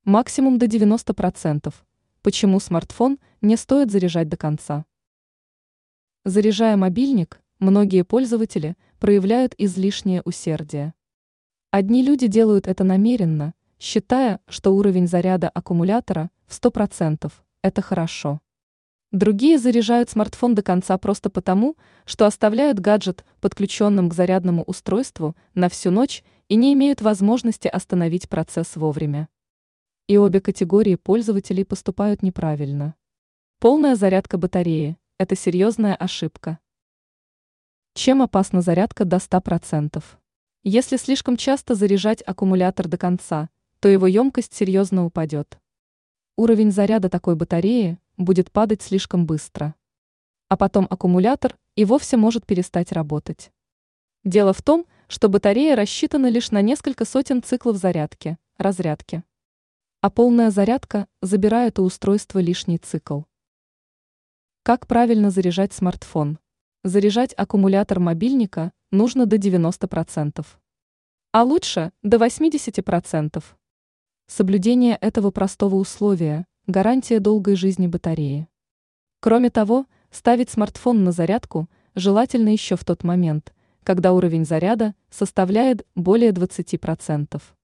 максимум до 90%. Почему смартфон не стоит заряжать до конца? Заряжая мобильник, многие пользователи проявляют излишнее усердие. Одни люди делают это намеренно, считая, что уровень заряда аккумулятора в 100% – это хорошо. Другие заряжают смартфон до конца просто потому, что оставляют гаджет подключенным к зарядному устройству на всю ночь и не имеют возможности остановить процесс вовремя. И обе категории пользователей поступают неправильно. Полная зарядка батареи – это серьезная ошибка. Чем опасна зарядка до 100%? Если слишком часто заряжать аккумулятор до конца, то его емкость серьезно упадет. Уровень заряда такой батареи будет падать слишком быстро. А потом аккумулятор и вовсе может перестать работать. Дело в том, что батарея рассчитана лишь на несколько сотен циклов зарядки, разрядки. А полная зарядка забирает у устройства лишний цикл. Как правильно заряжать смартфон? Заряжать аккумулятор мобильника нужно до 90%. А лучше до 80%. Соблюдение этого простого условия – гарантия долгой жизни батареи. Кроме того, ставить смартфон на зарядку желательно еще в тот момент, когда уровень заряда составляет более 20%.